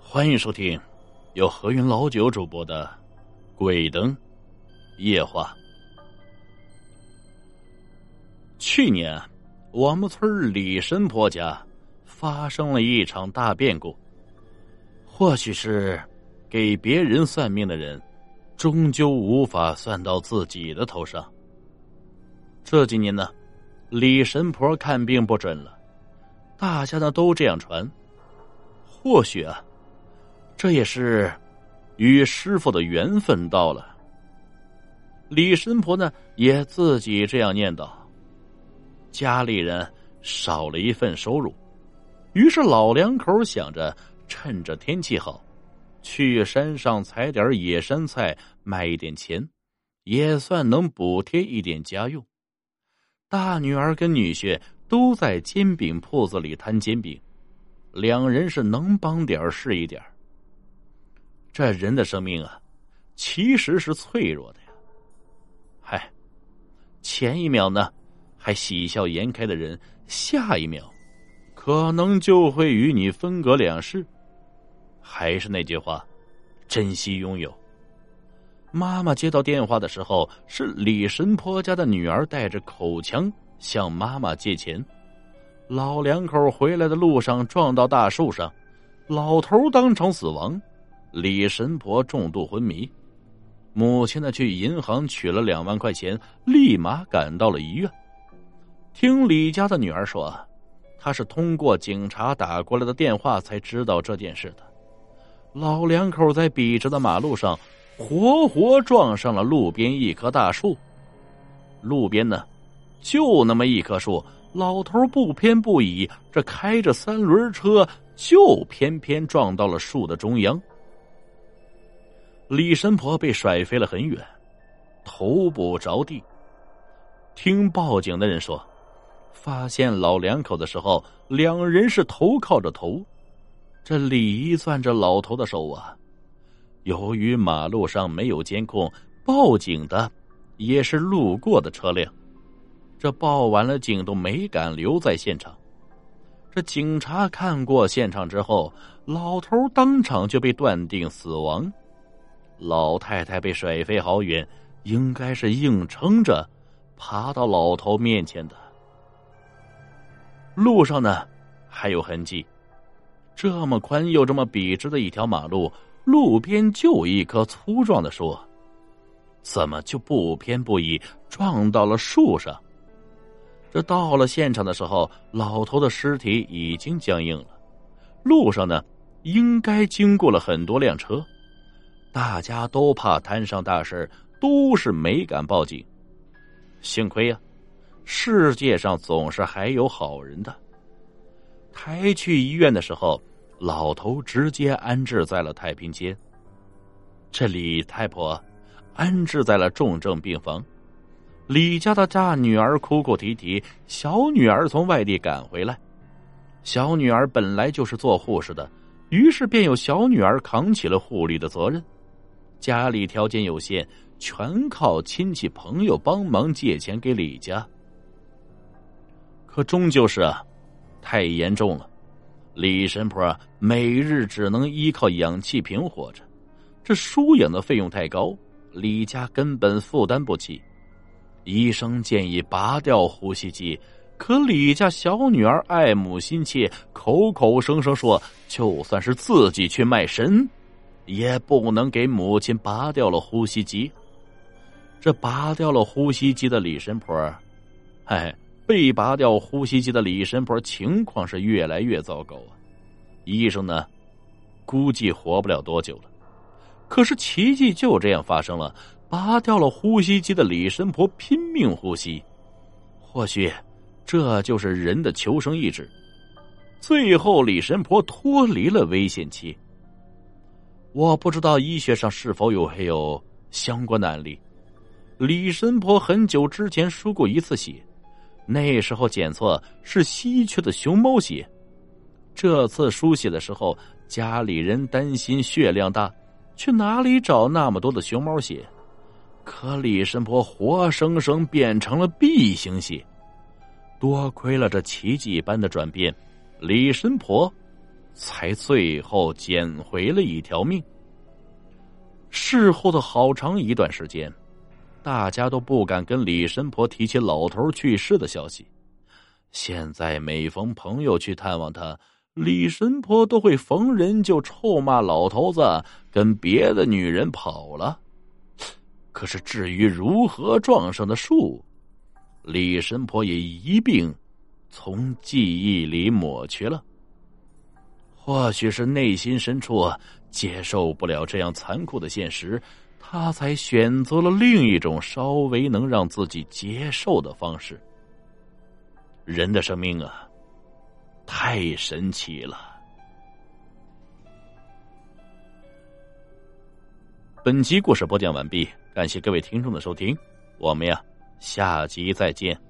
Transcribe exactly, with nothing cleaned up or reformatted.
欢迎收听由何云老九主播的《鬼灯夜话》。去年我们村李神婆家发生了一场大变故，或许是给别人算命的人终究无法算到自己的头上。这几年呢，李神婆看病不准了，大家呢都这样传。或许啊，这也是与师傅的缘分到了。李神婆呢也自己这样念叨，家里人少了一份收入，于是老两口想着趁着天气好，去山上采点野山菜卖一点钱，也算能补贴一点家用。大女儿跟女婿都在煎饼铺子里摊煎饼，两人是能帮点是一点。这人的生命啊，其实是脆弱的呀。嗨，前一秒呢还喜笑颜开的人，下一秒可能就会与你分隔两世。还是那句话，珍惜拥有。妈妈接到电话的时候，是李神婆家的女儿带着口腔向妈妈借钱。老两口回来的路上撞到大树上，老头当场死亡，李神婆重度昏迷。母亲呢去银行取了两万块钱，立马赶到了医院。听李家的女儿说，她是通过警察打过来的电话才知道这件事的。老两口在笔直的马路上活活撞上了路边一棵大树。路边呢就那么一棵树，老头不偏不倚，这开着三轮车就偏偏撞到了树的中央。李神婆被甩飞了很远，头部着地。听报警的人说，发现老两口的时候，两人是头靠着头，这李攥着老头的手啊。由于马路上没有监控，报警的也是路过的车辆，这报完了警都没敢留在现场。这警察看过现场之后，老头当场就被断定死亡。老太太被甩飞好远，应该是硬撑着爬到老头面前的。路上呢还有痕迹，这么宽又这么笔直的一条马路，路边就一棵粗壮的树，怎么就不偏不倚撞到了树上？这到了现场的时候，老头的尸体已经僵硬了。路上呢应该经过了很多辆车，大家都怕摊上大事，都是没敢报警。幸亏啊，世界上总是还有好人的。抬去医院的时候，老头直接安置在了太平间，这李太婆安置在了重症病房。李家的大女儿哭哭啼啼，小女儿从外地赶回来。小女儿本来就是做护士的，于是便有小女儿扛起了护理的责任。家里条件有限，全靠亲戚朋友帮忙借钱给李家。可终究是啊，太严重了。李神婆每日只能依靠氧气瓶活着，这输氧的费用太高，李家根本负担不起。医生建议拔掉呼吸机，可李家小女儿爱母心切，口口声声说就算是自己去卖身，也不能给母亲拔掉了呼吸机。这拔掉了呼吸机的李神婆，哎，被拔掉呼吸机的李神婆情况是越来越糟糕啊！医生呢，估计活不了多久了。可是奇迹就这样发生了，拔掉了呼吸机的李神婆拼命呼吸。或许这就是人的求生意志。最后李神婆脱离了危险期。我不知道医学上是否有没有相关的案例。李神婆很久之前输过一次血，那时候检测是稀缺的熊猫血。这次输血的时候，家里人担心血量大，去哪里找那么多的熊猫血？可李神婆活生生变成了 B 型血。多亏了这奇迹般的转变，李神婆才最后捡回了一条命。事后的好长一段时间，大家都不敢跟李神婆提起老头去世的消息。现在每逢朋友去探望他，李神婆都会逢人就臭骂老头子跟别的女人跑了。可是至于如何撞上的树，李神婆也一并从记忆里抹去了。或许是内心深处接受不了这样残酷的现实，他才选择了另一种稍微能让自己接受的方式。人的生命啊，太神奇了。本集故事播讲完毕，感谢各位听众的收听，我们呀，下集再见。